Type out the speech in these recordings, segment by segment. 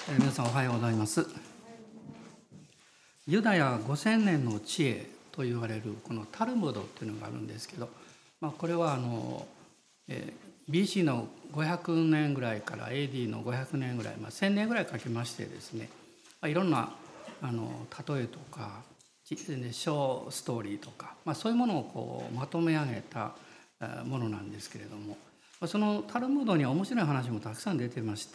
皆さんおはようございます。ユダヤ5000年の知恵と言われるこのタルムドっていうのがあるんですけど、これはBC の500年ぐらいから AD の500年ぐらい、1000年ぐらいかけましてですね、いろんな例えとか小ストーリーとか、そういうものをこうまとめ上げたものなんですけれども、そのタルムードには面白い話もたくさん出てまして、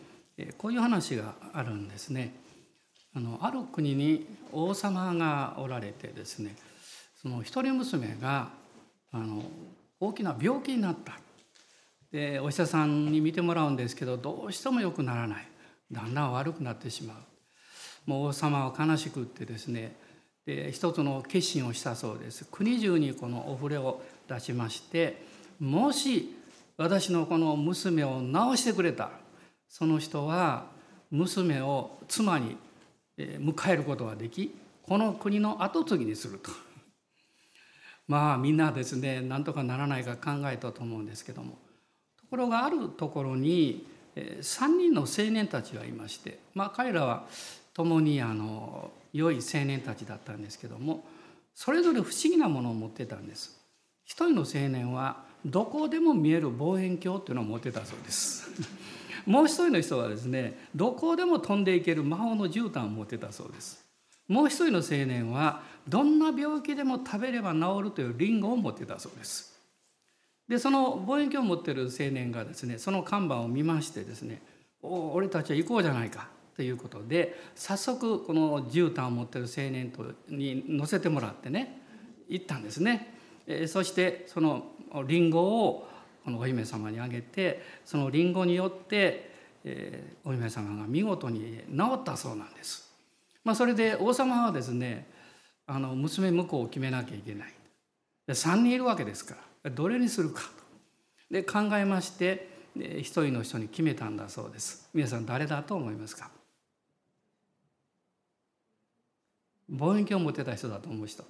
こういう話があるんですね。ある国に王様がおられてですね、その一人娘が大きな病気になった。でお医者さんに診てもらうんですけど、どうしても良くならない。だんだん悪くなってしまう。もう王様は悲しくってですね、で一つの決心をしたそうです。国中にこのお触れを出しまして、もし私のこの娘を治してくれたその人は娘を妻に迎えることができ、この国の跡継ぎにすると。みんなですね、なんとかならないか考えたと思うんですけども、ところがあるところに3人の青年たちがいまして、彼らは共に良い青年たちだったんですけども、それぞれ不思議なものを持ってたんです。一人の青年はどこでも見える望遠鏡というのを持ってたそうですもう一人の人はですね、どこでも飛んでいける魔法の絨毯を持ってたそうです。もう一人の青年はどんな病気でも食べれば治るというリンゴを持ってたそうです。でその望遠鏡を持っている青年がですね、その看板を見ましてですね、俺たちは行こうじゃないかということで、早速この絨毯を持っている青年に乗せてもらってね、行ったんですね。そしてそのリンゴをこのお姫様にあげて、そのリンゴによって、お姫様が見事に治ったそうなんです。それで王様はですね、娘婿を決めなきゃいけない。3人いるわけですから、どれにするかとで考えまして、一人の人に決めたんだそうです。皆さん誰だと思いますか？望遠鏡を持ってた人だと思う人、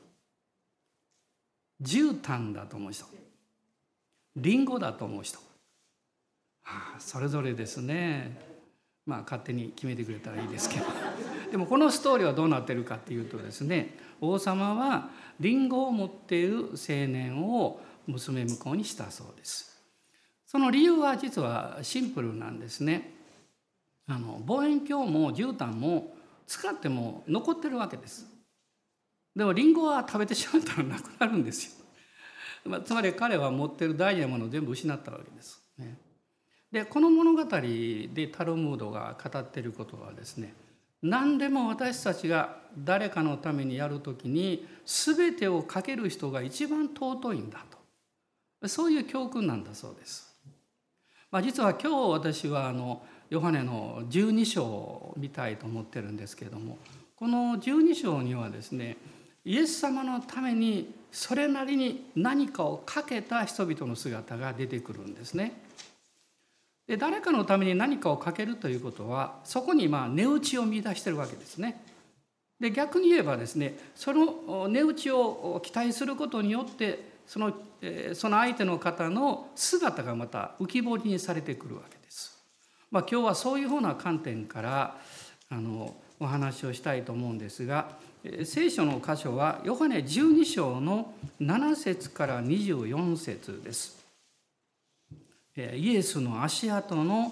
絨毯だと思う人、リンゴだと思う人、それぞれですね。勝手に決めてくれたらいいですけどでもこのストーリーはどうなってるかっていうとですね、王様はリンゴを持っている青年を娘婿にしたそうです。その理由は実はシンプルなんですね。望遠鏡も絨毯も使っても残ってるわけです。でもリンゴは食べてしまったらなくなるんですよ。つまり彼は持っている大事なものを全部失ったわけですね。でこの物語でタルムードが語っていることはですね、何でも私たちが誰かのためにやるときに全てをかける人が一番尊いんだと、そういう教訓なんだそうです。実は今日私はヨハネの12章を見たいと思ってるんですけれども、この12章にはですね、イエス様のためにそれなりに何かをかけた人々の姿が出てくるんですね。で誰かのために何かをかけるということは、そこに値打ちを見出しているわけですね。で逆に言えばですね、その値打ちを期待することによってその相手の方の姿がまた浮き彫りにされてくるわけです。今日はそういうふうな観点からお話をしたいと思うんですが、聖書の箇所はヨハネ12章の7節から24節です。イエスの足跡の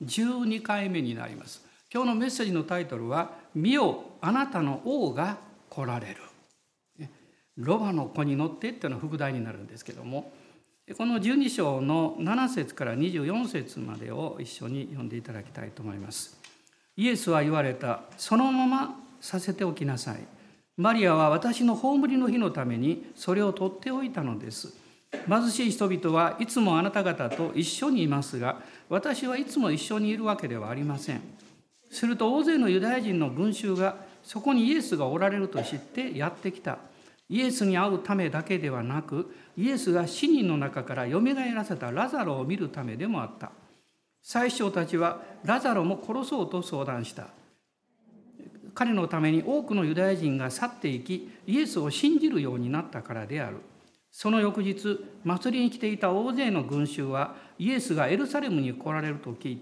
12回目になります。今日のメッセージのタイトルは、見よあなたの王が来られる。ロバの子に乗ってっていうのは副題になるんですけども、この12章の7節から24節までを一緒に読んでいただきたいと思います。イエスは言われた。そのままさせておきなさい。マリアは私の葬りの日のためにそれを取っておいたのです。貧しい人々はいつもあなた方と一緒にいますが、私はいつも一緒にいるわけではありません。すると大勢のユダヤ人の群衆がそこにイエスがおられると知ってやってきた。イエスに会うためだけではなく、イエスが死人の中からよみがえらせたラザロを見るためでもあった。祭司長たちはラザロも殺そうと相談した。彼のために多くのユダヤ人が去っていき、イエスを信じるようになったからである。その翌日、祭りに来ていた大勢の群衆はイエスがエルサレムに来られると聞いて、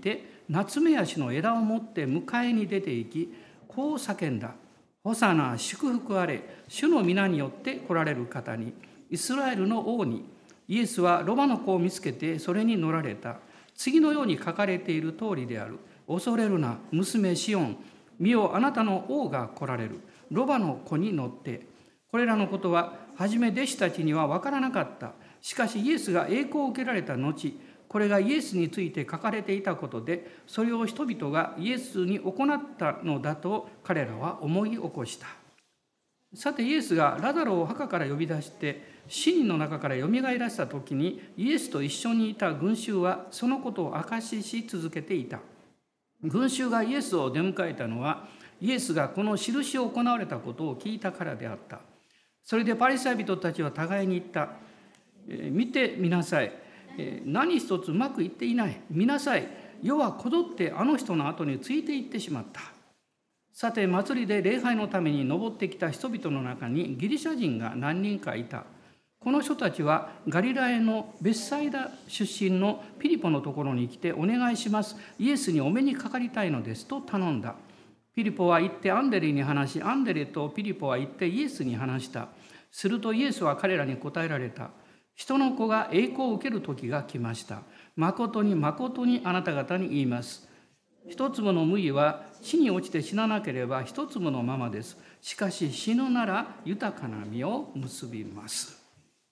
ナツメヤシの枝を持って迎えに出て行き、こう叫んだ。ホサナ、祝福あれ、主の皆によって来られる方に、イスラエルの王に。イエスはロバの子を見つけてそれに乗られた。次のように書かれている通りである。恐れるな、娘シオン。見よ、あなたの王が来られる。ロバの子に乗って。これらのことは、はじめ弟子たちには分からなかった。しかしイエスが栄光を受けられた後、これがイエスについて書かれていたことで、それを人々がイエスに行ったのだと彼らは思い起こした。さてイエスがラザロを墓から呼び出して死人の中からよみがえらせた時に、イエスと一緒にいた群衆はそのことを証しし続けていた。群衆がイエスを出迎えたのは、イエスがこの印を行われたことを聞いたからであった。それでパリサイ人たちは互いに言った。見てみなさい。何一つうまくいっていない。見なさい。世はこぞってあの人の後についていってしまった。さて祭りで礼拝のために登ってきた人々の中にギリシャ人が何人かいた。この人たちはガリラヤのベスサイダ出身のピリポのところに来て、お願いします。イエスにお目にかかりたいのですと頼んだ。ピリポは行ってアンデレに話し、アンデレとピリポは行ってイエスに話した。するとイエスは彼らに答えられた。人の子が栄光を受ける時が来ました。誠に誠にあなた方に言います。一粒の麦は地に落ちて死ななければ一粒のままです。しかし死ぬなら豊かな実を結びます。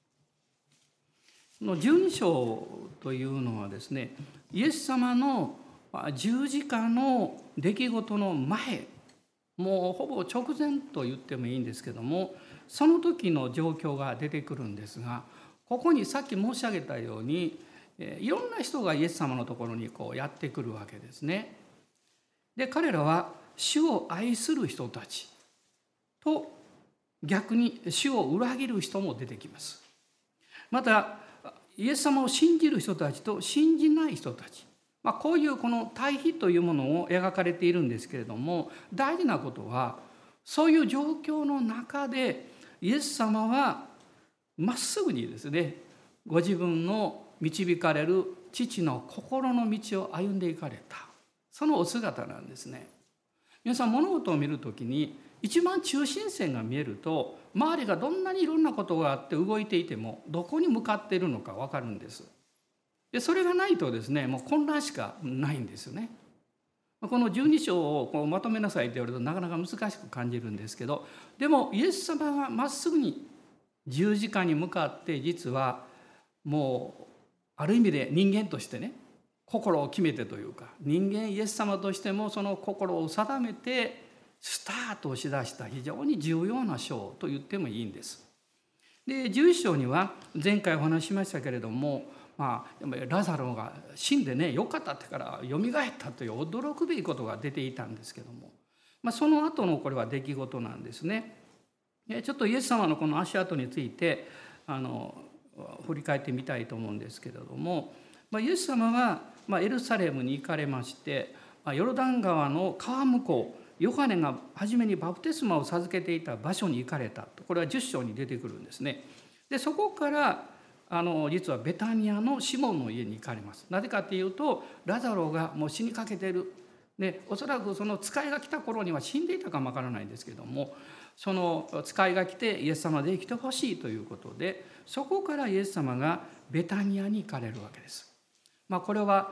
この12章というのはですね、イエス様の十字架の出来事の前、もうほぼ直前と言ってもいいんですけども、その時の状況が出てくるんですが、ここにさっき申し上げたように、いろんな人がイエス様のところにやってくるわけですね。で、彼らは主を愛する人たちと逆に主を裏切る人も出てきます。またイエス様を信じる人たちと信じない人たち、こういうこの対比というものを描かれているんですけれども、大事なことはそういう状況の中でイエス様はまっすぐにですね、ご自分の導かれる父の心の道を歩んでいかれた、そのお姿なんですね。皆さん物事を見るときに一番中心線が見えると、周りがどんなにいろんなことがあって動いていてもどこに向かっているのか分かるんです。でそれがないとですね、もう混乱しかないんですよね。この12章をまとめなさいって言われるとなかなか難しく感じるんですけど、でもイエス様がまっすぐに十字架に向かって、実はもうある意味で人間としてね、心を決めてというか、人間イエス様としてもその心を定めてスタートをしだした非常に重要な章と言ってもいいんです。で11章には前回お話ししましたけれども、ラザロが死んでね、よかったってからよみがえったという驚くべきことが出ていたんですけども、その後のこれは出来事なんですね。ちょっとイエス様のこの足跡について振り返ってみたいと思うんですけれども、イエス様はエルサレムに行かれまして、ヨルダン川の川向こう、ヨハネが初めにバプテスマを授けていた場所に行かれたと、これは10章に出てくるんですね。でそこから実はベタニアのシモンの家に行かれます。なぜかというと、ラザロがもう死にかけている。でおそらくその使いが来た頃には死んでいたかもわからないんですけども、その使いが来てイエス様で生きてほしいということで、そこからイエス様がベタニアに行かれるわけです。これは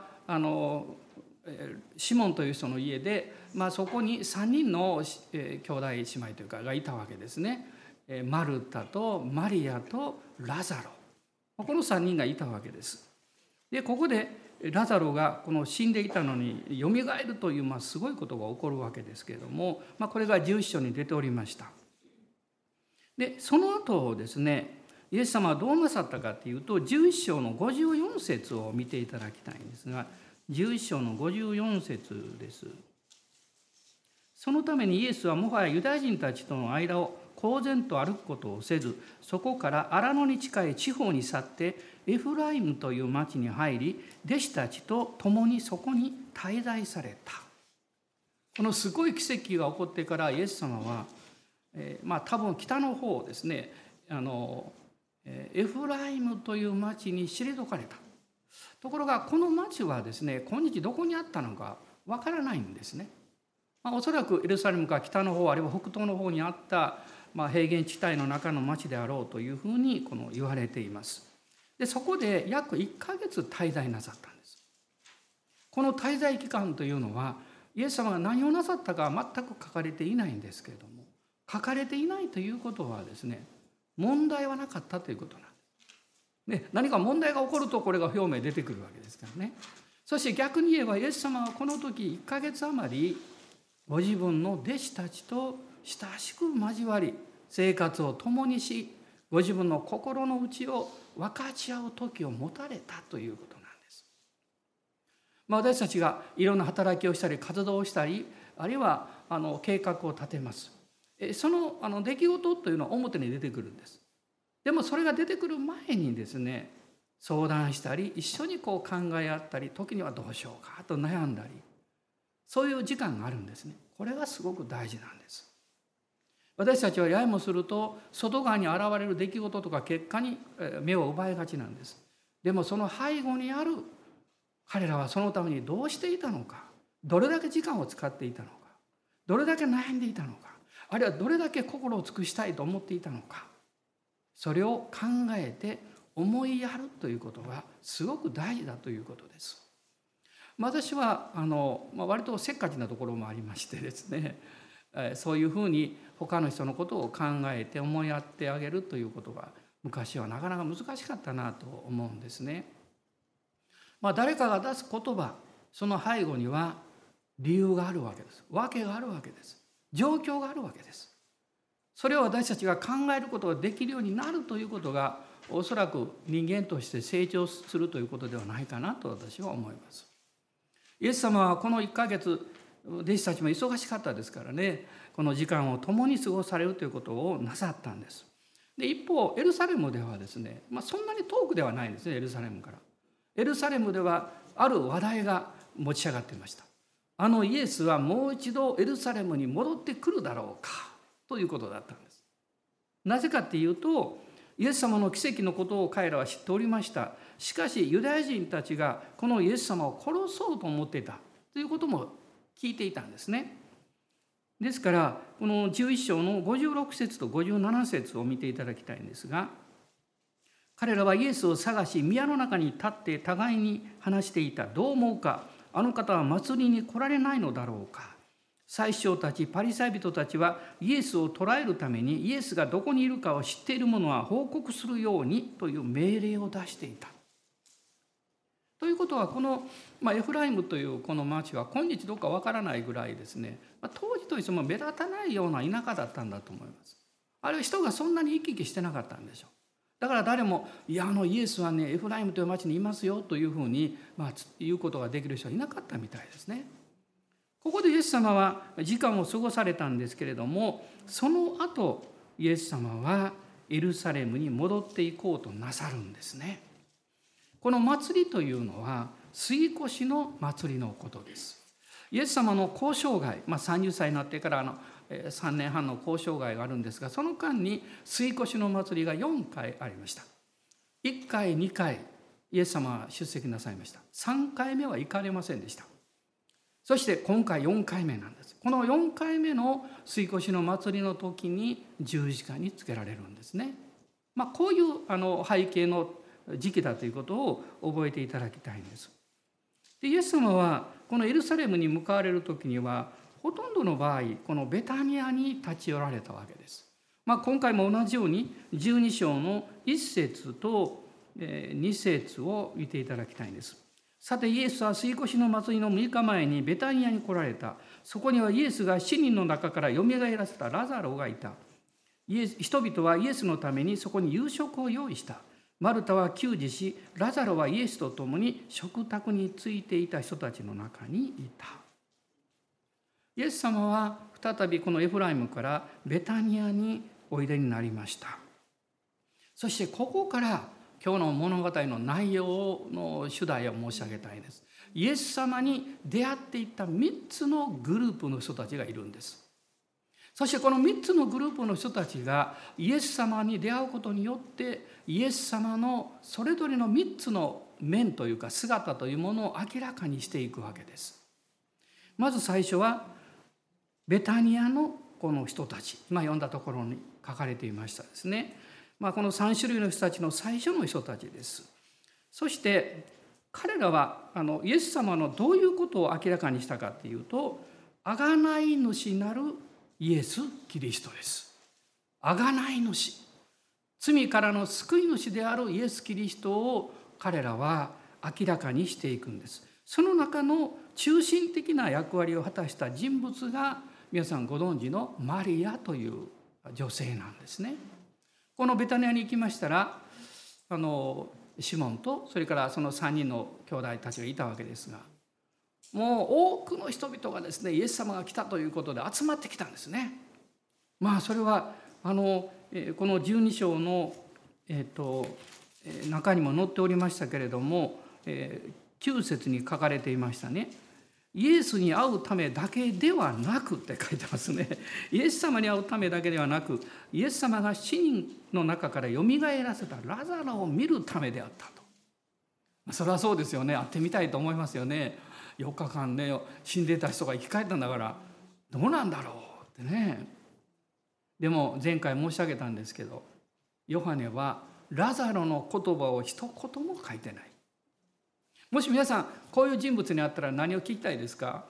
シモンという人の家で、そこに3人の兄弟姉妹というかがいたわけですね。マルタとマリアとラザロ、この3人がいたわけです。でここでラザロがこの死んでいたのによみがえるというすごいことが起こるわけですけれども、これが11章に出ておりました。でその後ですね、イエス様はどうなさったかというと、11章の54節を見ていただきたいんですが、11章の54節です。そのためにイエスはもはやユダヤ人たちとの間を公然と歩くことをせず、そこから荒野に近い地方に去ってエフライムという町に入り、弟子たちと共にそこに滞在された。このすごい奇跡が起こってからイエス様は、多分北の方ですね、エフライムという町に退かれた。ところがこの町はですね、今日どこにあったのかわからないんですね。おそらくエルサレムから北の方あるいは北東の方にあった、平原地帯の中の町であろうというふうに言われています。でそこで約1ヶ月滞在なさったんです。この滞在期間というのはイエス様が何をなさったかは全く書かれていないんですけれども、書かれていないということはですね、問題はなかったということなんです。で何か問題が起こるとこれが表面に出てくるわけですからね。そして逆に言えばイエス様はこの時1ヶ月余りご自分の弟子たちと親しく交わり生活を共にし、ご自分の心の内を分かち合う時を持たれたということなんです。私たちがいろんな働きをしたり活動をしたり、あるいは計画を立てます。その出来事というのは表に出てくるんです。でもそれが出てくる前にですね、相談したり一緒に考え合ったり、時にはどうしようかと悩んだり、そういう時間があるんですね。これがすごく大事なんです。私たちはややもすると外側に現れる出来事とか結果に目を奪いがちなんです。でもその背後にある彼らはそのためにどうしていたのか、どれだけ時間を使っていたのか、どれだけ悩んでいたのか、あるいはどれだけ心を尽くしたいと思っていたのか、それを考えて思いやるということがすごく大事だということです。私は割とせっかちなところもありましてですね、そういうふうに他の人のことを考えて思いやってあげるということが昔はなかなか難しかったなと思うんですね。誰かが出す言葉、その背後には理由があるわけです。訳があるわけです。状況があるわけです。それを私たちが考えることができるようになるということが、おそらく人間として成長するということではないかなと私は思います。イエス様はこの1ヶ月、弟子たちも忙しかったですからね、この時間を共に過ごされるということをなさったんです。で一方エルサレムではですね、そんなに遠くではないんですね。エルサレムから、エルサレムではある話題が持ち上がっていました。イエスはもう一度エルサレムに戻ってくるだろうかということだったんです。なぜかっていうと、イエス様の奇跡のことを彼らは知っておりました。しかしユダヤ人たちがこのイエス様を殺そうと思っていたということも聞いていたんですね。ですからこの11章の56節と57節を見ていただきたいんですが、彼らはイエスを探し宮の中に立って互いに話していた。どう思うか、あの方は祭りに来られないのだろうか。祭司長たちパリサイ人たちはイエスを捕らえるためにイエスがどこにいるかを知っている者は報告するようにという命令を出していた。ということはこの、エフライムというこの町は今日どうかわからないぐらいですね、当時としても目立たないような田舎だったんだと思います。あるいは人がそんなに行き来してなかったんでしょう。だから誰もイエスはねエフライムという町にいますよというふうに、言うことができる人はいなかったみたいですね。ここでイエス様は時間を過ごされたんですけれども、その後イエス様はエルサレムに戻っていこうとなさるんですね。この祭りというのは杉越の祭りのことです。イエス様の交渉外、30歳になってから3年半の交渉外があるんですが、その間に杉越の祭りが4回ありました。1回2回イエス様は出席なさいました。3回目は行かれませんでした。そして今回4回目なんです。この4回目の杉越の祭りの時に十字架につけられるんですね。こういう背景の時期だということを覚えていただきたいんです。でイエス様はこのエルサレムに向かわれる時にはほとんどの場合このベタニアに立ち寄られたわけです。今回も同じように12章の1節と2節を見ていただきたいんです。さてイエスは杉越の祭りの6日前にベタニアに来られた。そこにはイエスが死人の中からよみがえらせたラザロがいた。人々はイエスのためにそこに夕食を用意した。マルタは給仕し、ラザロはイエスと共に食卓についていた人たちの中にいた。イエス様は再びこのエフライムからベタニアにおいでになりました。そしてここから今日の物語の内容の主題を申し上げたいです。イエス様に出会っていった3つのグループの人たちがいるんです。そしてこの3つのグループの人たちがイエス様に出会うことによってイエス様のそれぞれの3つの面というか姿というものを明らかにしていくわけです。 まず最初はベタニアのこの人たち、今読んだところに書かれていましたですね。この3種類の人たちの最初の人たちです。そして彼らはイエス様のどういうことを明らかにしたかというと、贖い主なるイエス・キリストです。贖い主、罪からの救い主であるイエス・キリストを彼らは明らかにしていくんです。その中の中心的な役割を果たした人物が皆さんご存知のマリアという女性なんですね。このベタニアに行きましたらシモンとそれからその3人の兄弟たちがいたわけですが、もう多くの人々がですね、イエス様が来たということで集まってきたんですね。それはこの12章の、中にも載っておりましたけれども、9節に書かれていましたね。イエスに会うためだけではなくって書いてますね。イエス様に会うためだけではなく、イエス様が死人の中からよみがえらせたラザロを見るためであったと。それはそうですよね。会ってみたいと思いますよね。4日間ね、死んでた人が生き返ったんだからどうなんだろうってね。でも前回申し上げたんですけど、ヨハネはラザロの言葉を一言も書いてない。もし皆さんこういう人物に会ったら何を聞きたいですか？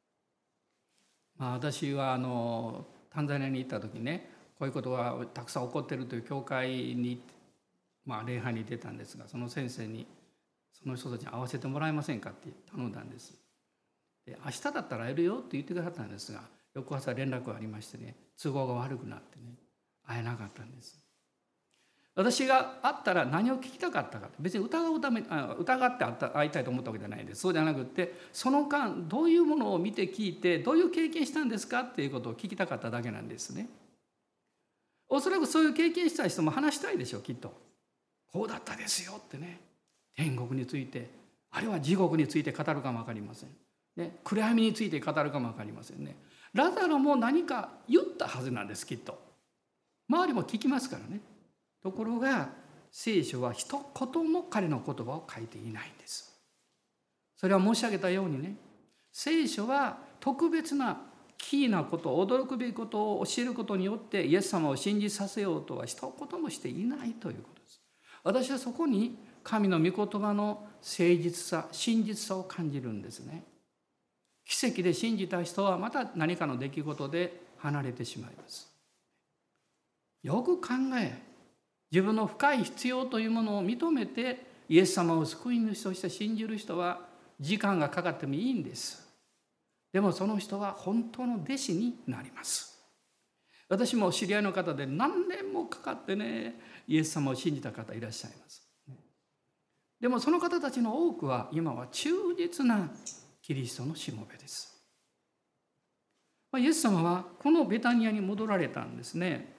私はタンザニアに行った時ね、こういうことがたくさん起こっているという教会に、礼拝に出たんですが、その先生にその人たちに会わせてもらえませんかって頼んだんです。で、明日だったら会えるよって言ってくださったんですが、翌朝連絡がありましてね、都合が悪くなってね、会えなかったんです。私が会ったら何を聞きたかったか、別に疑って会いたいと思ったわけじゃないです。そうじゃなくて、その間どういうものを見て聞いて、どういう経験したんですかっていうことを聞きたかっただけなんですね。おそらくそういう経験した人も話したいでしょう、きっと。こうだったですよってね。天国について、あるいは地獄について語るかも分かりません。ね、暗闇について語るかも分かりませんね。ラザロも何か言ったはずなんです、きっと。周りも聞きますからね。ところが聖書は一言も彼の言葉を書いていないんです。それは申し上げたようにね、聖書は特別なキーなこと、驚くべきことを教えることによってイエス様を信じさせようとは一言もしていないということです。私はそこに神の御言葉の誠実さ、真実さを感じるんですね。奇跡で信じた人はまた何かの出来事で離れてしまいます。よく考え、自分の深い必要というものを認めてイエス様を救い主として信じる人は時間がかかってもいいんです。でもその人は本当の弟子になります。私も知り合いの方で何年もかかってね、イエス様を信じた方いらっしゃいます。でもその方たちの多くは今は忠実なキリストのしもべです。イエス様はこのベタニアに戻られたんですね。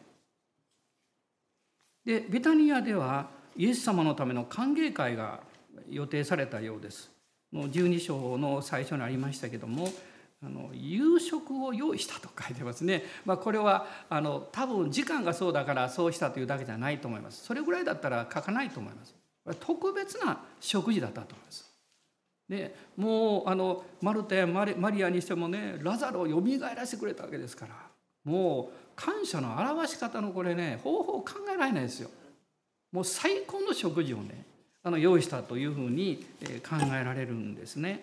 で、ベタニアではイエス様のための歓迎会が予定されたようです。12章の最初にありましたけども、夕食を用意したと書いてますね。これは多分時間がそうだからそうしたというだけじゃないと思います。それぐらいだったら書かないと思います。これ特別な食事だったと思います。で、もうマルタやマリアにしてもね、ラザロをよみがえらせてくれたわけですから、もう感謝の表し方のこれね、方法を考えられないですよ。もう最高の食事をね、用意したというふうに考えられるんですね。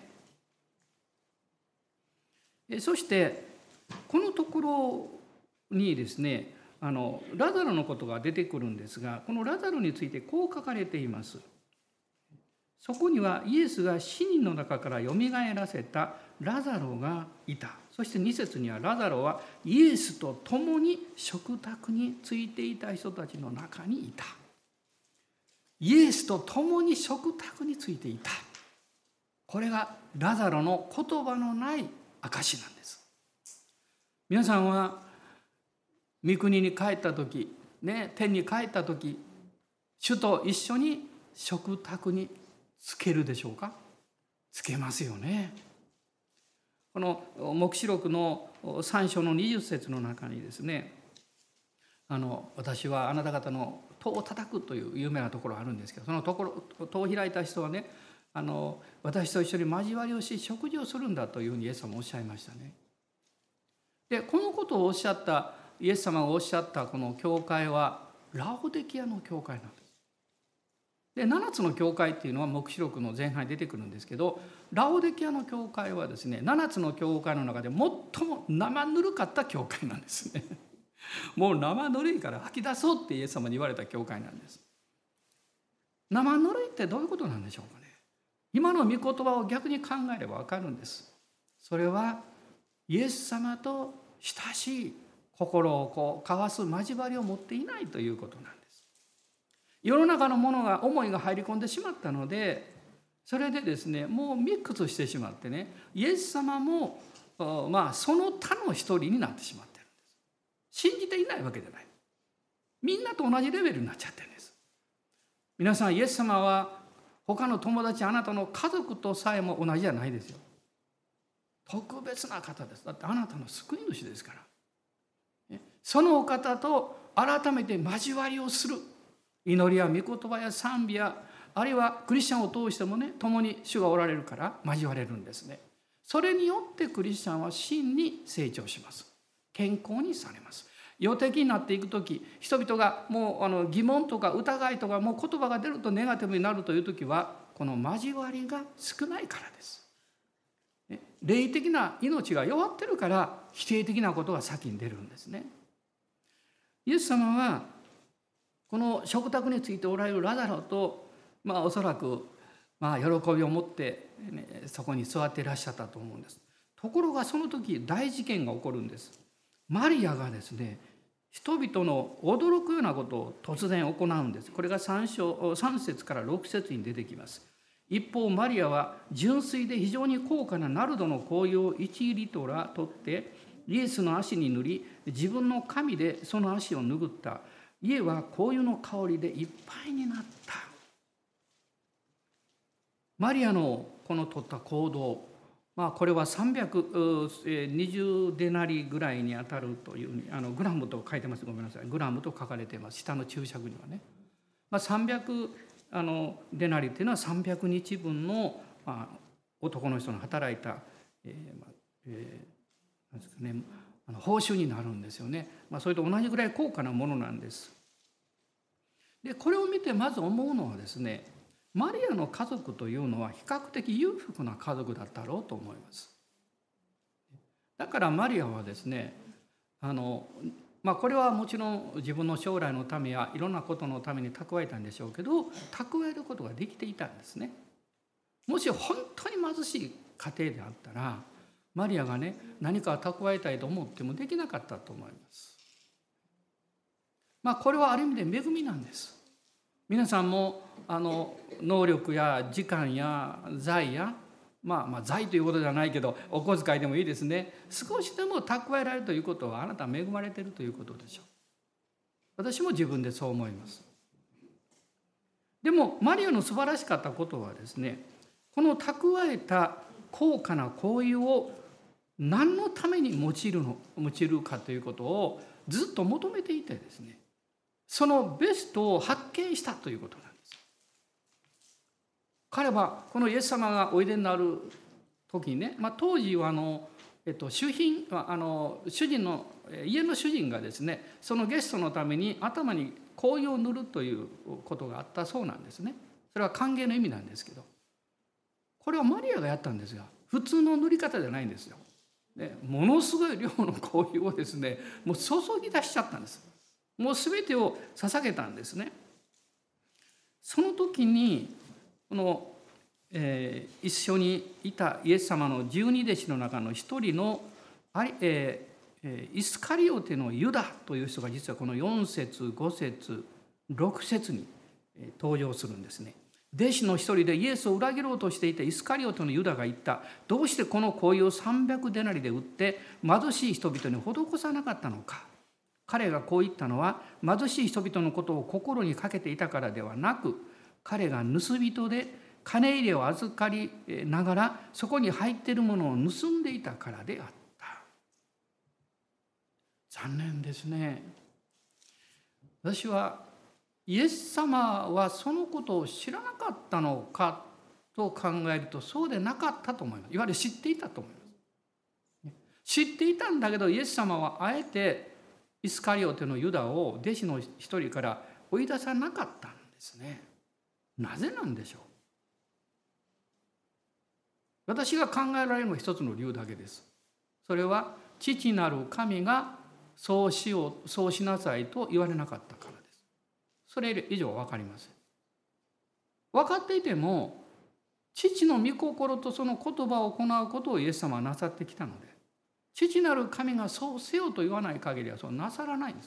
そしてこのところにですね、ラザロのことが出てくるんですが、このラザロについてこう書かれています。そこにはイエスが死人の中からよみがえらせたラザロがいた。そして2節にはラザロはイエスと共に食卓についていた人たちの中にいた。イエスと共に食卓についていた。これがラザロの言葉のない証なんです。皆さんは御国に帰った時、天に帰った時、主と一緒に食卓につけるでしょうか？つけますよね。この黙示録の3章の20節の中にですね、私はあなた方の戸を叩くという有名なところがあるんですけど、その戸を開いた人はね、 私と一緒に交わりをし食事をするんだというふうにイエス様おっしゃいましたね。でこのことをおっしゃったイエス様がおっしゃったこの教会はラオデキアの教会なんです。で7つの教会っていうのは黙示録の前半に出てくるんですけど、ラオデキアの教会はですね、7つの教会の中で最も生ぬるかった教会なんですね。もう生ぬるいから吐き出そうってイエス様に言われた教会なんです。生ぬるいってどういうことなんでしょうかね。今の御言葉を逆に考えれば分かるんです。それはイエス様と親しい心を交わす交わりを持っていないということなんです。世の中のものが思いが入り込んでしまったので、それでですね、もうミックスしてしまってね、イエス様もその他の一人になってしまっているんです。信じていないわけじゃない。みんなと同じレベルになっちゃってるんです。皆さん、イエス様は他の友達、あなたの家族とさえも同じじゃないですよ。特別な方です。だってあなたの救い主ですから。そのお方と改めて交わりをする。祈りや御言葉や賛美や、あるいはクリスチャンを通してもね、共に主がおられるから交われるんですね。それによってクリスチャンは真に成長します。健康にされます。世的になっていくとき、人々がもう疑問とか疑いとか、もう言葉が出るとネガティブになるというときは、この交わりが少ないからです。霊的な命が弱ってるから否定的なことが先に出るんですね。イエス様はこの食卓についておられるラザロと、おそらく喜びを持って、そこに座っていらっしゃったと思うんです。ところがその時大事件が起こるんです。マリアがですね、人々の驚くようなことを突然行うんです。これが3節から6節に出てきます。一方マリアは純粋で非常に高価なナルドの香油を1リトラ取ってイエスの足に塗り、自分の髪でその足を拭った。家は香油の香りでいっぱいになった。マリアのこの取った行動、これは320デナリぐらいに当たるというふうにグラムと書いてます。ごめんなさい。グラムと書かれています。下の注釈にはね。300デナリというのは300日分の、男の人の働いた、なんですかね、報酬になるんですよね。それと同じぐらい高価なものなんです。でこれを見てまず思うのはですね、マリアの家族というのは比較的裕福な家族だったろうと思います。だからマリアはですね、これはもちろん自分の将来のためやいろんなことのために蓄えたんでしょうけど、蓄えることができていたんですね。もし本当に貧しい家庭であったら、マリアがね、何か蓄えたいと思ってもできなかったと思います。これはある意味で恵みなんです。皆さんも能力や時間や財や、財ということではないけどお小遣いでもいいですね。少しでも蓄えられるということはあなたは恵まれているということでしょう。私も自分でそう思います。でもマリアの素晴らしかったことはですね、この蓄えた高価な香油を何のために用いるかということをずっと求めていてですね、そのベストを発見したということなんです。彼はこのイエス様がおいでになる時にね、当時は主人の家の主人がですね、そのゲストのために頭に香油を塗るということがあったそうなんですね。それは歓迎の意味なんですけど、これはマリアがやったんですが、普通の塗り方じゃないんですよ。ものすごい量の香油をですね、もう注ぎ出しちゃったんです。もう全てを捧げたんですね。その時にこの、一緒にいたイエス様の12弟子の中の一人のイスカリオテのユダという人が実はこの4節5節6節に登場するんですね。弟子の一人でイエスを裏切ろうとしていたイスカリオテのユダが言った。どうしてこの香油を300デナリで売って貧しい人々に施さなかったのか。彼がこう言ったのは、貧しい人々のことを心にかけていたからではなく、彼が盗人で金入れを預かりながらそこに入っているものを盗んでいたからであった。残念ですね。私はイエス様はそのことを知らなかったのかと考えるとそうでなかったと思います。いわゆる知っていたと思います。知っていたんだけど、イエス様はあえてイスカリオテのユダを弟子の一人から追い出さなかったんですね。なぜなんでしょう。私が考えられるのは一つの理由だけです。それは父なる神がそうしなさいと言われなかったからです。それ以上は分かりません。分かっていても父の御心とその言葉を行うことをイエス様はなさってきたので、父なる神がそうせよと言わない限りはそうなさらないんです。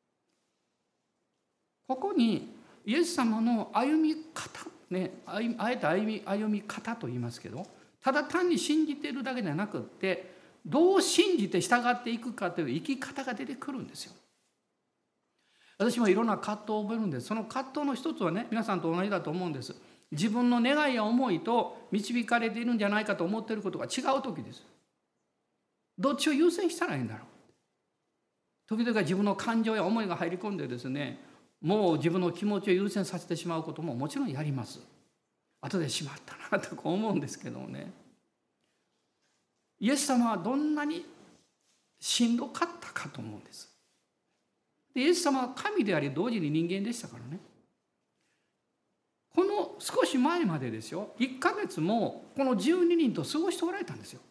ここにイエス様の歩み方、あえて歩み方と言いますけど、ただ単に信じているだけじゃなくって、どう信じて従っていくかという生き方が出てくるんですよ。私もいろんな葛藤を覚えるんです。その葛藤の一つはね、皆さんと同じだと思うんです。自分の願いや思いと導かれているんじゃないかと思っていることが違う時です。どっちを優先したらいいんだろう。時々自分の感情や思いが入り込んでですね、もう自分の気持ちを優先させてしまうことももちろんやります。後でしまったなと思うんですけどもね。イエス様はどんなにしんどかったかと思うんです。でイエス様は神であり同時に人間でしたからね。この少し前までですよ、1ヶ月もこの12人と過ごしておられたんですよ。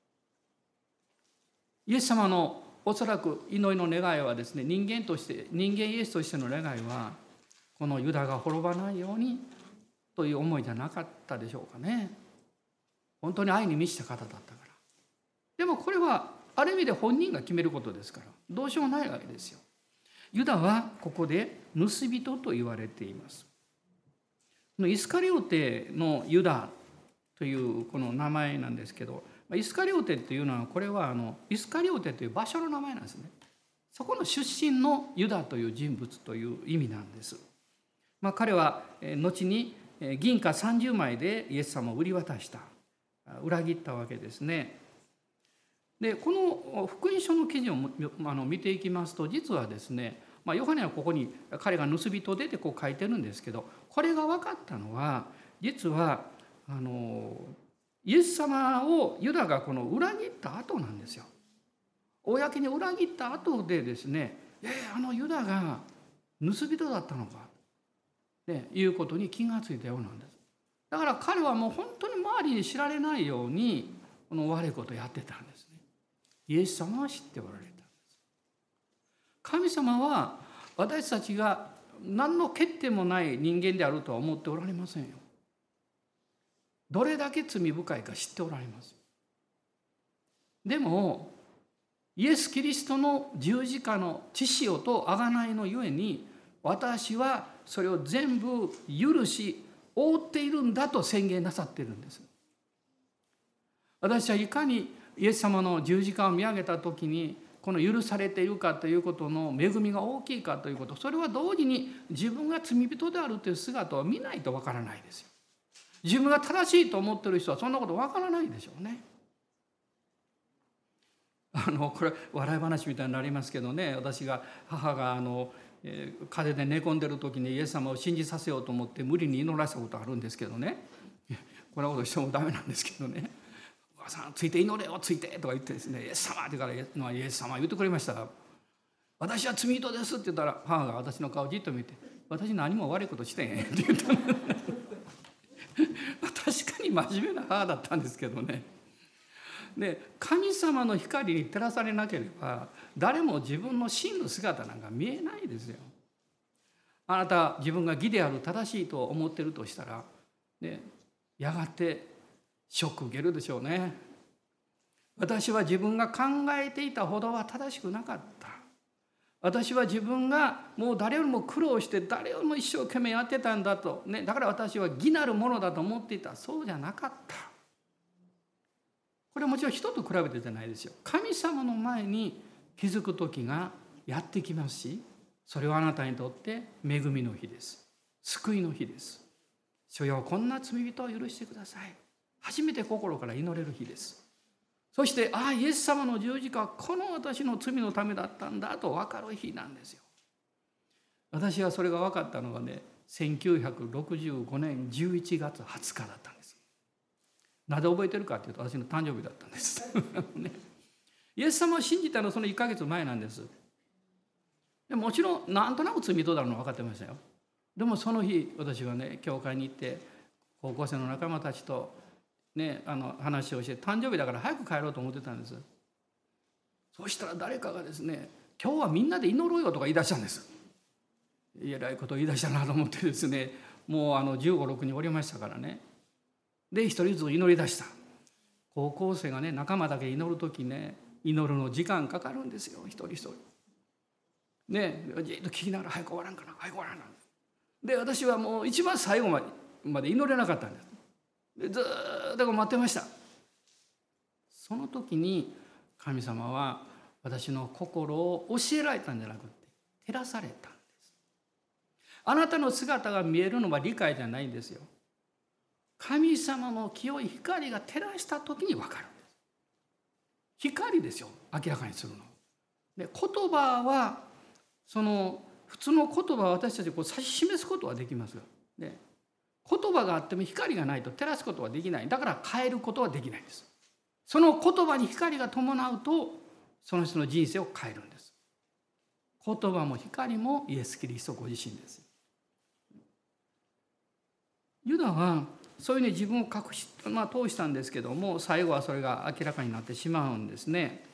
イエス様のおそらく祈りの願いはですね、人間イエスとしての願いは、このユダが滅ばないようにという思いじゃなかったでしょうかね。本当に愛に満ちた方だったから。でもこれはある意味で本人が決めることですから、どうしようもないわけですよ。ユダはここで盗人と言われています。イスカリオテのユダというこの名前なんですけど、イスカリオテっていうのは、これはイスカリオテという場所の名前なんですね。そこの出身のユダという人物という意味なんです。彼は後に銀貨30枚でイエス様を売り渡した、裏切ったわけですね。でこの福音書の記事を見ていきますと、実はですね、ヨハネはここに彼が盗人でってこう書いてるんですけど、これが分かったのは、実はイエス様をユダがこの裏切った後なんですよ。公に裏切った後でですね、ユダが盗人だったのかっていうことに気がついたようなんです。だから彼はもう本当に周りに知られないようにこの悪いことをやってたんですね。イエス様は知っておられたんです。神様は私たちが何の欠点もない人間であるとは思っておられませんよ。どれだけ罪深いか知っておられます。でもイエス・キリストの十字架の血潮と贖いのゆえに、私はそれを全部許し覆っているんだと宣言なさっているんです。私はいかにイエス様の十字架を見上げた時に、この許されているかということの恵みが大きいかということ、それは同時に自分が罪人であるという姿を見ないとわからないですよ。自分が正しいと思っている人はそんなことわからないでしょうね。これ笑い話みたいになりますけどね、私が母が風邪で寝込んでる時にイエス様を信じさせようと思って無理に祈らせたことあるんですけどね、こんなことしてもダメなんですけどね、お母さんついて祈れよついてとか言ってですね、イエス様って言うからイエス様言ってくれました。私は罪人ですって言ったら、母が私の顔をじっと見て、私何も悪いことしてへんって言った確かに真面目な母だったんですけどね。で神様の光に照らされなければ誰も自分の真の姿なんか見えないですよ。あなた自分が義である正しいと思っているとしたら、ね、やがてショック受けるでしょうね。私は自分が考えていたほどは正しくなかった。私は自分がもう誰よりも苦労して誰よりも一生懸命やってたんだと、ね、だから私は義なるものだと思っていた。そうじゃなかった。これはもちろん人と比べてじゃないですよ。神様の前に気づく時がやってきますし、それはあなたにとって恵みの日です。救いの日です。主よ、こんな罪人を許してください。初めて心から祈れる日です。そしてイエス様の十字架はこの私の罪のためだったんだと分かる日なんですよ。私はそれが分かったのがね、1965年11月20日だったんです。 なぜ覚えてるかというと、私の誕生日だったんです、ね、イエス様を信じたのはその1ヶ月前なんです。でもちろんなんとなく罪人だろうの分かってましたよ。でもその日私はね、教会に行って高校生の仲間たちと、ね、話をして、誕生日だから早く帰ろうと思ってたんです。そうしたら誰かがですね、今日はみんなで祈ろうよとか言い出したんです。えらいことを言い出したなと思ってですね、もう15、6人おりましたからね。で一人ずつ祈り出した。高校生がね、仲間だけ祈るときね、祈るの時間かかるんですよ、一人一人ね。じっと聞きながら、早く終わらんかな、早く終わらんかな。で私はもう一番最後まで祈れなかったんです。でずっと待ってました。その時に神様は私の心を教えられたんじゃなくて、照らされたんです。あなたの姿が見えるのは理解じゃないんですよ。神様の清い光が照らした時に分かるんです。光ですよ、明らかにするので。言葉はその普通の言葉は私たちを指し示すことはできますが、ね、言葉があっても光がないと照らすことはできない。だから変えることはできないんです。その言葉に光が伴うと、その人の人生を変えるんです。言葉も光もイエス・キリストご自身です。ユダはそういうふうに自分を隠し、通したんですけども、最後はそれが明らかになってしまうんですね。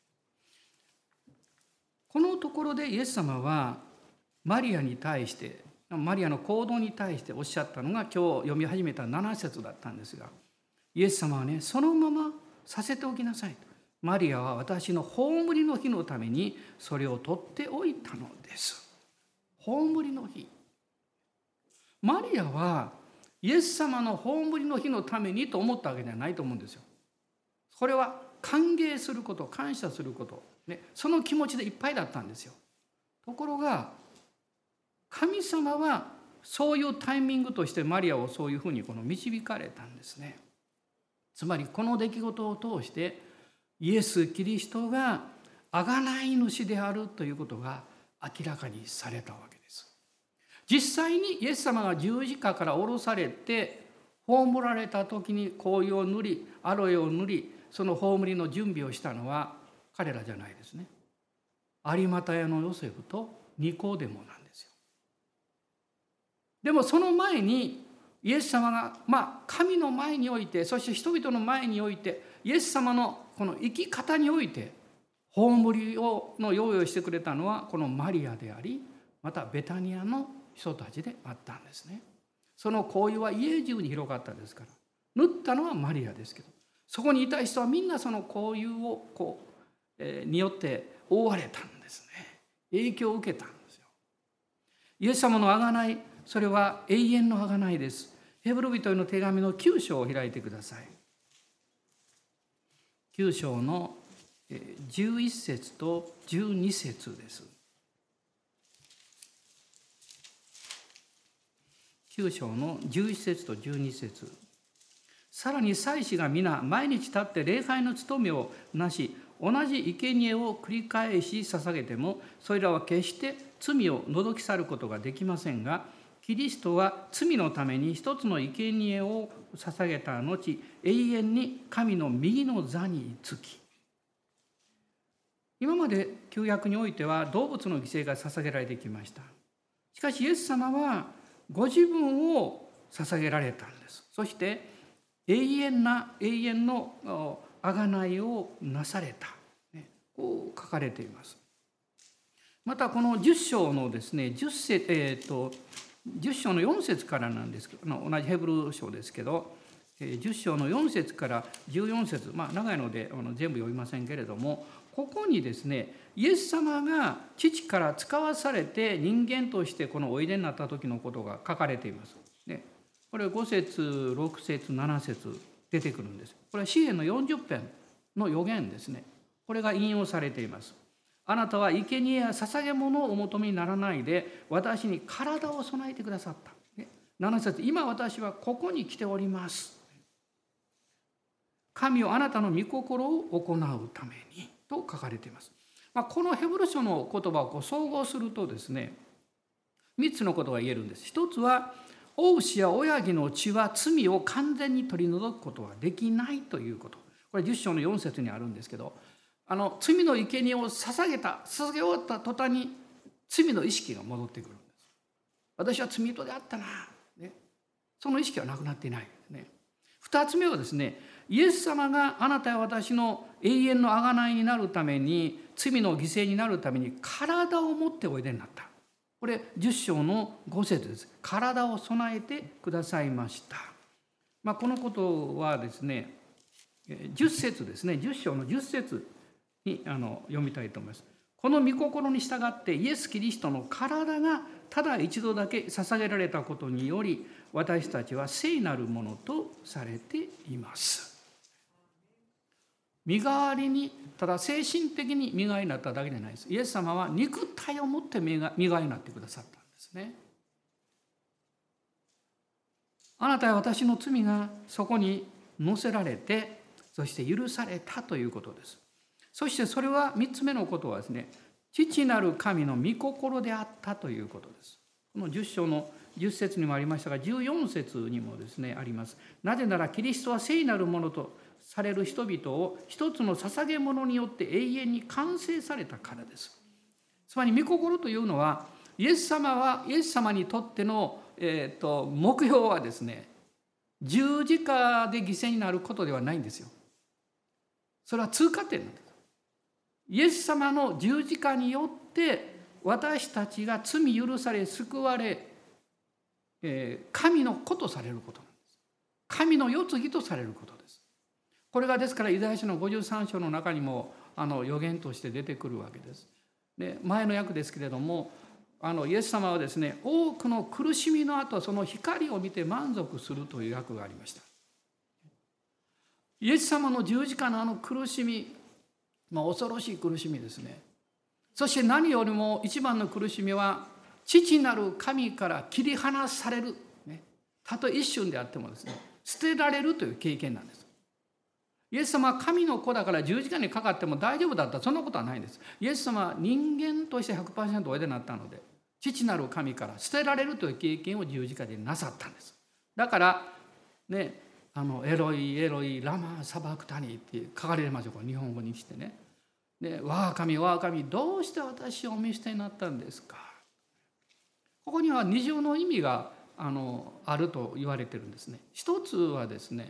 このところでイエス様はマリアに対して、マリアの行動に対しておっしゃったのが、今日読み始めた7節だったんですが、イエス様はね、そのままさせておきなさい。マリアは私の葬りの日のためにそれを取っておいたのです。葬りの日。マリアはイエス様の葬りの日のためにと思ったわけではないと思うんですよ。これは歓迎すること、感謝すること、ね、その気持ちでいっぱいだったんですよ。ところが神様はそういうタイミングとしてマリアをそういうふうに導かれたんですね。つまりこの出来事を通してイエス・キリストが贖い主であるということが明らかにされたわけです。実際にイエス様が十字架から下ろされて葬られた時に香油を塗り、アロエを塗り、その葬りの準備をしたのは彼らじゃないですね。有股屋のヨセフとニコデモなんですよ。でもその前にイエス様が、神の前において、そして人々の前において、イエス様のこの生き方において葬りの用意をしてくれたのはこのマリアであり、またベタニアの人たちであったんですね。その香油は家中に広がったですから、塗ったのはマリアですけど、そこにいた人はみんなその香油をによって覆われたんですね。影響を受けたんですよ。イエス様の贖い、それは永遠の贖いです。ヘブル人への手紙の9章を開いてください。9章の11節と12節です。9章の11節と12節。さらに祭司が皆毎日立って礼拝の務めをなし、同じ生贄を繰り返し捧げても、それらは決して罪を除き去ることができませんが、キリストは罪のために一つの生贄を捧げた後、永遠に神の右の座につき、今まで旧約においては動物の犠牲が捧げられてきました。しかしイエス様はご自分を捧げられたんです。そして永遠の贖いをなされた、こう書かれています。またこの10章のですね、10章の4節からなんですけど、同じヘブル書ですけど、10章の4節から14節、長いので全部読みませんけれども、ここにですね、イエス様が父から使わされて人間としてこのおいでになった時のことが書かれています。これ5節6節7節出てくるんです。これは詩篇の40編の預言ですね。これが引用されています。あなたは生贄や捧げ物をお求めにならないで、私に体を備えてくださった。7節、今私はここに来ております。神をあなたの御心を行うためにと書かれています。このヘブル書の言葉を総合するとですね、3つのことが言えるんです。一つは王子や親父の血は罪を完全に取り除くことはできないということ。これ10章の4節にあるんですけど、罪の生贄を捧げ終わった途端に罪の意識が戻ってくるんです。私は罪人であったな、ね、その意識はなくなっていない、ね。2つ目はですね、イエス様があなたや私の永遠の贖いになるために、罪の犠牲になるために体を持っておいでになった。これ10章の5節です。体を備えてくださいました。このことはですね、10節ですね、10章の10節に読みたいと思います。この御心に従ってイエス・キリストの体がただ一度だけ捧げられたことにより、私たちは聖なるものとされています。身代わりにただ精神的に身代わりになっただけじゃないです。イエス様は肉体を持って身代わりになってくださったんですね。あなたや私の罪がそこに乗せられて、そして許されたということです。そしてそれは3つ目のことはですね、父なる神の御心であったということです。この10章の10節にもありましたが、14節にもですねあります。なぜならキリストは聖なるものとされる人々を一つの捧げ物によって永遠に完成されたからです。つまり御心というのは、イエス様にとっての、目標はですね、十字架で犠牲になることではないんですよ。それは通過点なんです。イエス様の十字架によって私たちが罪許され救われ、神の子とされることなんです。神の世継ぎとされることです。これがですからイザヤ書の53章の中にも予言として出てくるわけです。で、前の訳ですけれども、イエス様はですね、多くの苦しみの後その光を見て満足するという訳がありました。イエス様の十字架の苦しみ、恐ろしい苦しみですね。そして何よりも一番の苦しみは、父なる神から切り離される、たとえ一瞬であってもですね、捨てられるという経験なんです。イエス様は神の子だから十字架にかかっても大丈夫だった、そんなことはないんです。イエス様は人間として 100% おいでになったので、父なる神から捨てられるという経験を十字架でなさったんです。だからね、エロイエロイラマサバクタニって書かれますよ、日本語にしてね。で、我が神我が神、どうして私をお見捨てになったんですか。ここには二重の意味があると言われてるんですね。一つは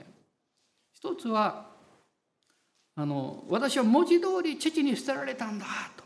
私は文字通り父に捨てられたんだと、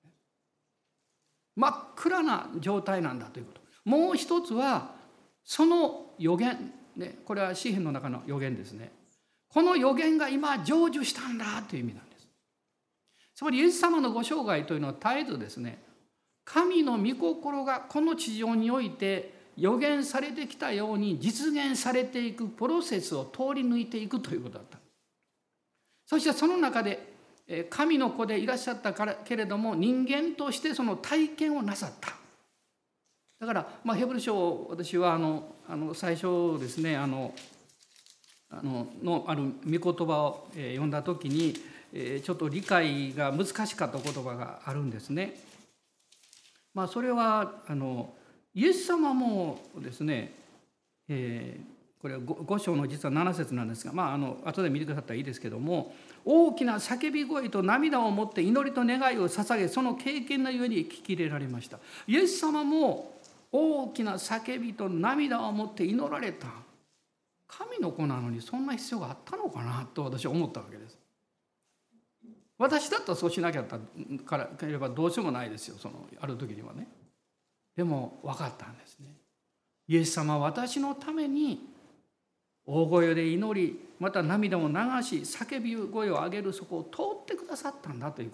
真っ暗な状態なんだということ。もう一つはその予言、これは詩篇の中の予言ですね。この予言が今成就したんだという意味なんです。つまりイエス様のご生涯というのは絶えずですね、神の御心がこの地上において予言されてきたように実現されていくプロセスを通り抜いていくということだった。そしてその中で神の子でいらっしゃったからけれども、人間としてその体験をなさった。だからヘブル書を私は最初ですね、ある御言葉を読んだ時にちょっと理解が難しかった言葉があるんですね。それはイエス様もですね、これは5章の実は7節なんですが、後で見てくださったらいいですけども、大きな叫び声と涙を持って祈りと願いを捧げ、その経験のゆえに聞き入れられました。イエス様も大きな叫びと涙を持って祈られた。神の子なのにそんな必要があったのかなと私は思ったわけです。私だったらそうしなきゃからければどうしようもないですよ、ある時にはね。でも分かったんですね。イエス様は私のために大声で祈り、また涙を流し叫び声を上げるそこを通ってくださったんだということ。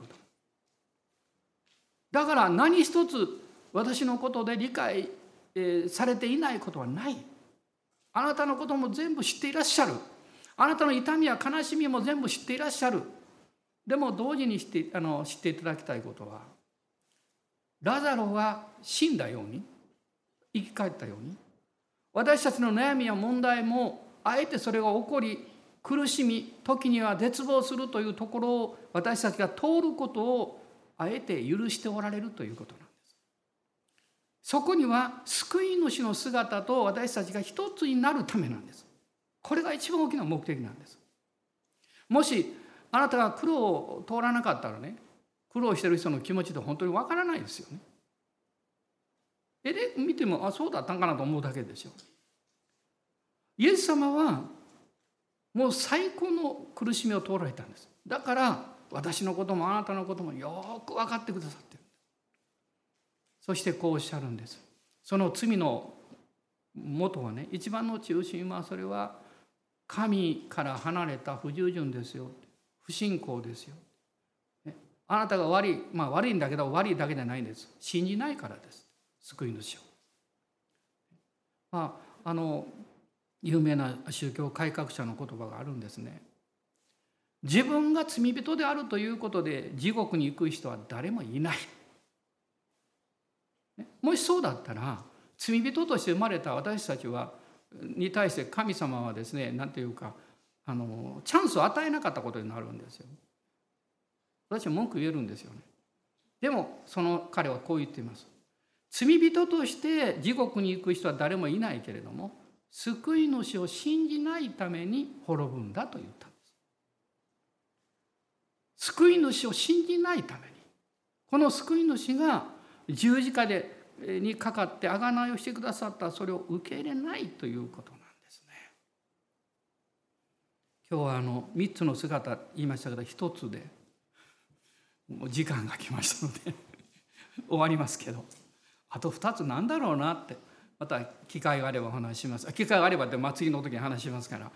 だから何一つ私のことで理解されていないことはない。あなたのことも全部知っていらっしゃる。あなたの痛みや悲しみも全部知っていらっしゃる。でも同時に知っていただきたいことは、ラザロが死んだように、生き返ったように、私たちの悩みや問題もあえてそれが起こり苦しみ、時には絶望するというところを私たちが通ることをあえて許しておられるということなんです。 そこには救い主の姿と私たちが一つになるためなんです。これが一番大きな目的なんです。もしあなたが苦労を通らなかったらね、苦労している人の気持ちって本当にわからないですよね。で見てもそうだったんかなと思うだけですよ。イエス様はもう最高の苦しみを通られたんです。だから私のこともあなたのこともよく分かってくださっている。そしてこうおっしゃるんです。その罪の元はね、一番の中心はそれは神から離れた不従順ですよ、不信仰ですよ。あなたが悪い、悪いんだけど悪いだけじゃないんです。信じないからです。救い主を。有名な宗教改革者の言葉があるんですね。自分が罪人であるということで地獄に行く人は誰もいない。もしそうだったら罪人として生まれた私たちに対して神様はですね、なんていうかチャンスを与えなかったことになるんですよ。私は文句言えるんですよね。でも彼はこう言っています。罪人として地獄に行く人は誰もいないけれども、救い主を信じないために滅ぶんだと言ったんです。救い主を信じないために、この救い主が十字架にかかって贖いをしてくださった、それを受け入れないということなんですね。今日は3つの姿言いましたけど、1つでもう時間が来ましたので終わりますけど、あと2つなんだろうなって、また機会があればお話します。機会があればって祭りの時に話しますから、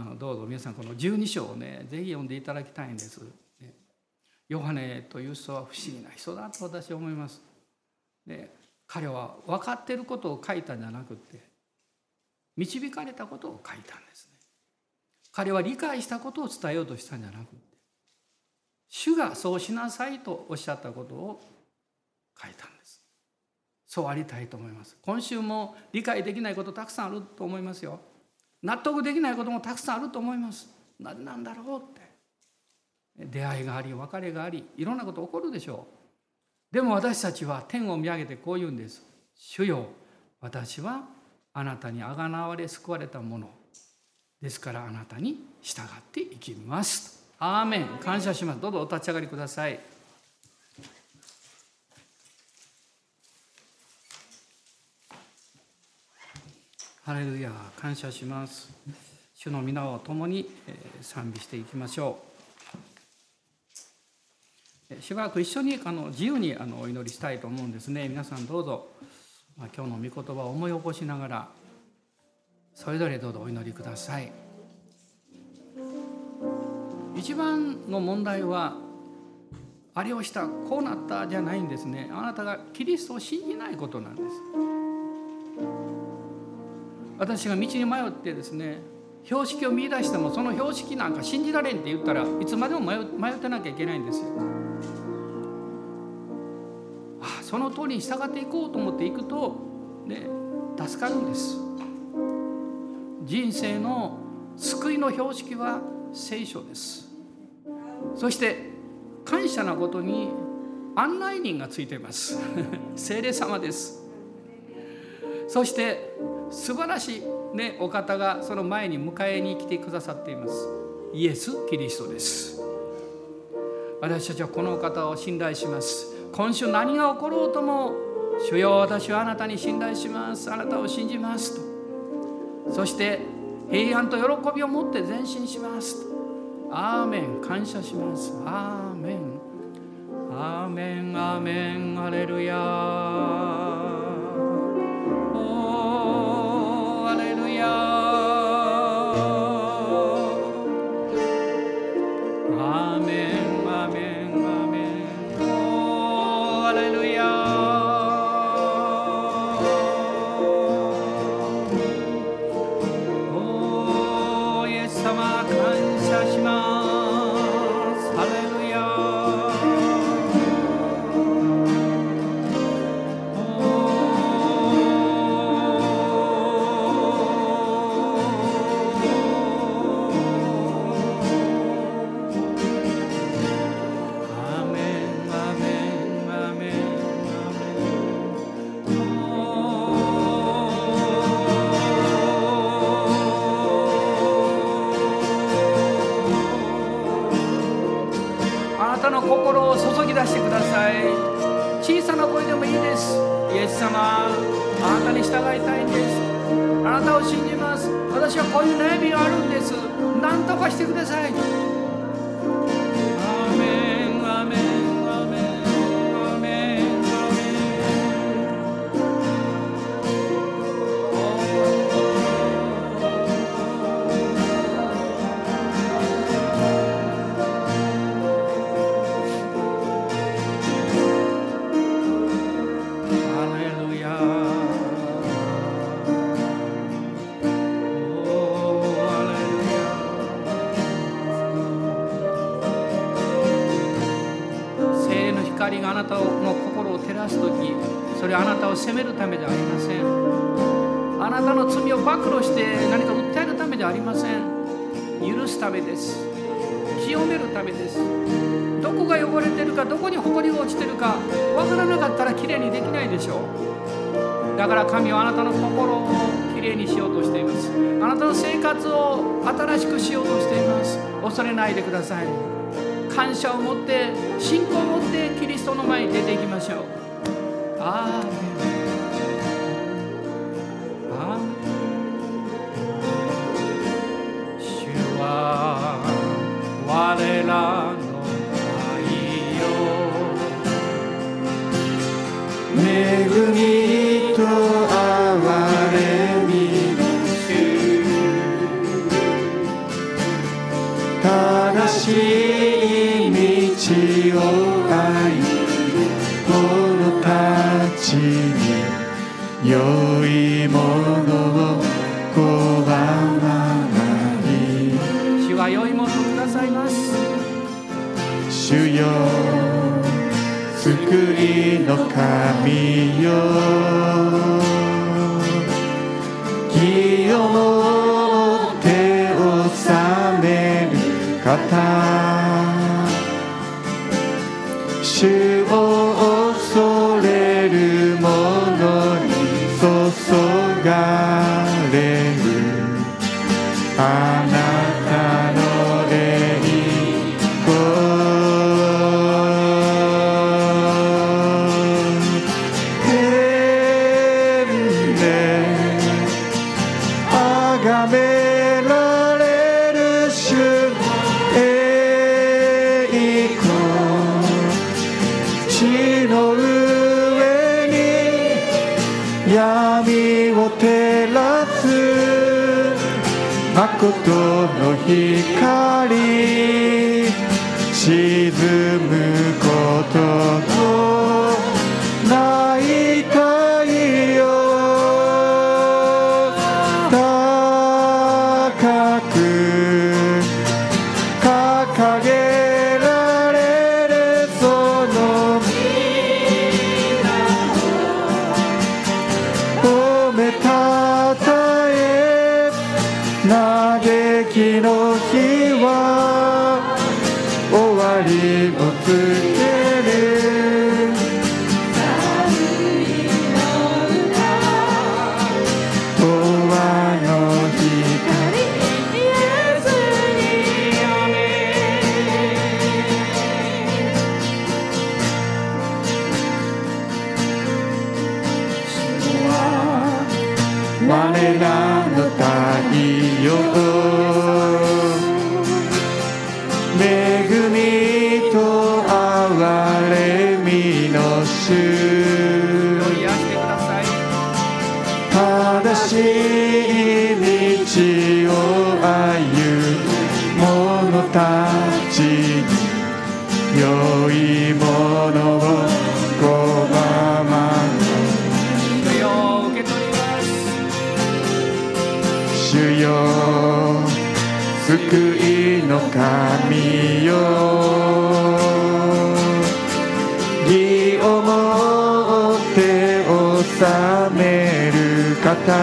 どうぞ皆さんこの12章をね、ぜひ読んでいただきたいんです。ヨハネという人は不思議な人だと私は思います。彼は分かっていることを書いたんじゃなくて、導かれたことを書いたんですね。彼は理解したことを伝えようとしたんじゃなくて、主がそうしなさいとおっしゃったことを書いたんです。そうありたいと思います。今週も理解できないことたくさんあると思いますよ。納得できないこともたくさんあると思います。なぜなんだろうって。出会いがあり別れがあり、いろんなこと起こるでしょう。でも私たちは天を見上げてこう言うんです。主よ、私はあなたにあがなわれ救われたものですから、あなたに従っていきます。アーメン。感謝します。どうぞお立ち上がりください。ハレルヤ、感謝します。主の皆を共に賛美していきましょう。しばらく一緒に自由にお祈りしたいと思うんですね。皆さんどうぞ今日の御言葉を思い起こしながら、それぞれどうぞお祈りください。一番の問題は、あれをしたこうなったじゃないんですね。あなたがキリストを信じないことなんです。私が道に迷ってですね、標識を見出してもその標識なんか信じられんって言ったらいつまでも迷ってなきゃいけないんですよ。その通りに従っていこうと思っていくと、ね、助かるんです。人生の救いの標識は聖書です。そして感謝なことに案内人がついています聖霊様です。そして素晴らしい、お方がその前に迎えに来てくださっています。イエス・キリストです。私たちはこの方を信頼します。今週何が起ころうとも、主よ、私はあなたに信頼します、あなたを信じますと、そして平安と喜びを持って前進しますと。アーメン。感謝します。アーメン、アーメン、アーメン、ハレルヤ。 小さな声でもいいです。イエス様、あなたに従いたいんです。あなたを信じます。私はこういう悩みがあるんです。何とかしてください。アーメン、アーメン、アーメン、アーメン、光があなたの心を照らすとき、それはあなたを責めるためではありません。あなたの罪を暴露して何か訴えるためではありません。許すためです。清めるためです。どこが汚れてるか、どこに埃が落ちてるかわからなかったらきれいにできないでしょう。だから神はあなたの心をきれいにしようとしています。あなたの生活を新しくしようとしています。恐れないでください。感謝を持って、信仰を持ってキリストの前に出ていきましょう。アーメン、アーメン。主は我らの愛よ、 恵みと憐れみの主、正しい道を歩む者たちに良いものを拒まない。 主は良いものをくださいます。 主よ、救いの神よ、義をもって治める方、主を恐れる者に注がれるあなたの栄光、天で崇められる主の栄光、地の上に闇を照らす誠の光、沈むことのない太陽、高く掲げられるその褒めたたえ、嘆きの日は終わりを告げる、永遠の光、イエスにあめ。主は我らの太陽、恵みと憐れみの主、 癒してください。 正しい道を歩む者たちに良いものを拒まない。 主よ、受け取ります。 主よ、救いの神よ、義をもって治める方、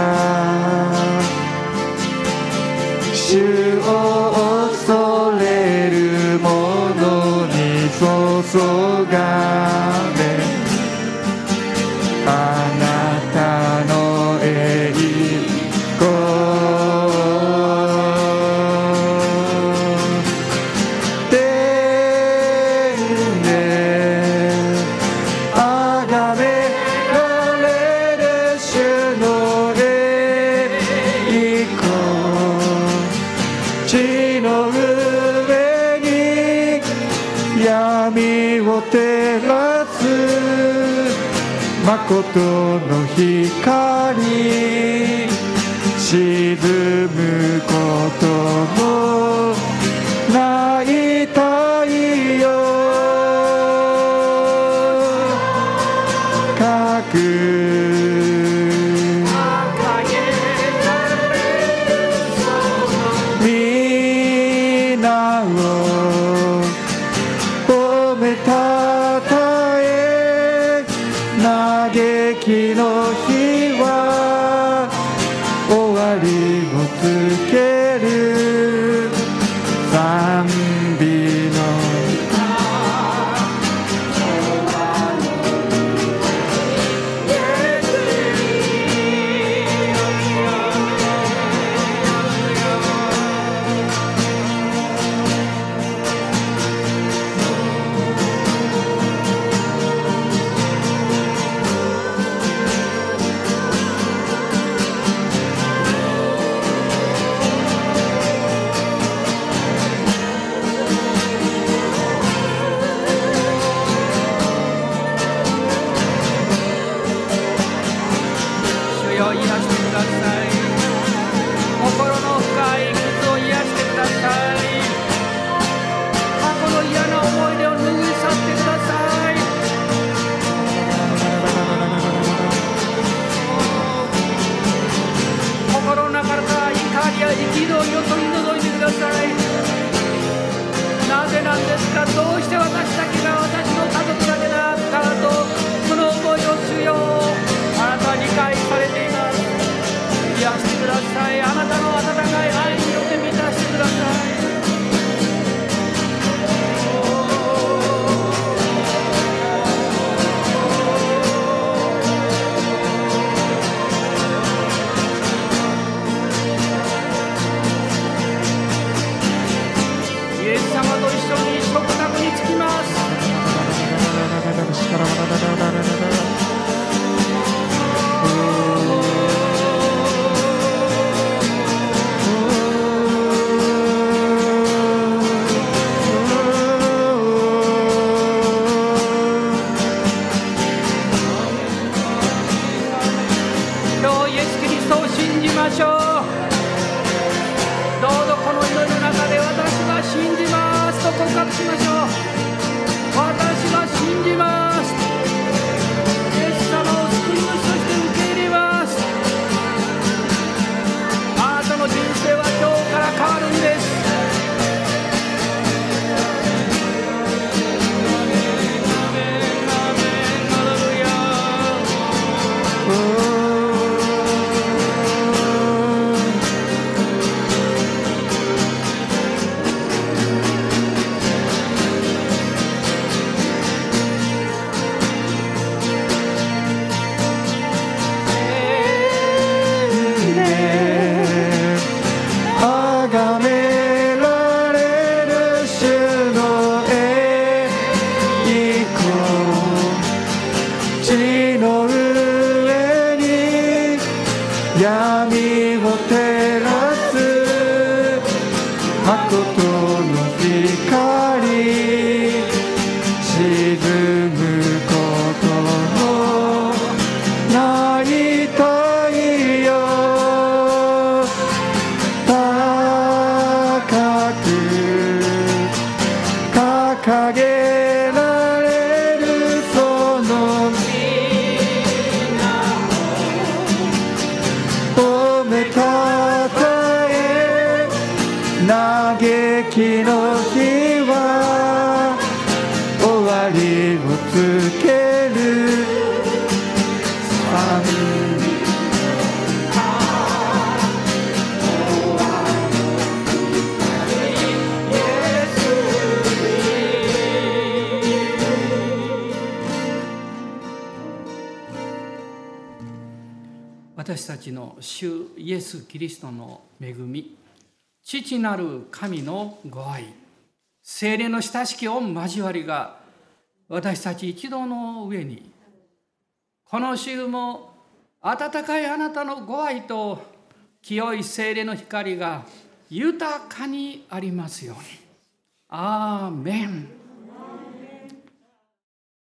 主を恐れる者に注がれ、あなたの栄光、崇らす誠の光沈むこともない太陽皆を褒めたたえ嘆きの日は終わりをつける賛美の私たちの主イエス・キリストの恵み、父なる神のご愛、聖霊の親しき御交わりが私たち一同の上に、この週も温かいあなたのご愛と清い聖霊の光が豊かにありますように。アーメン。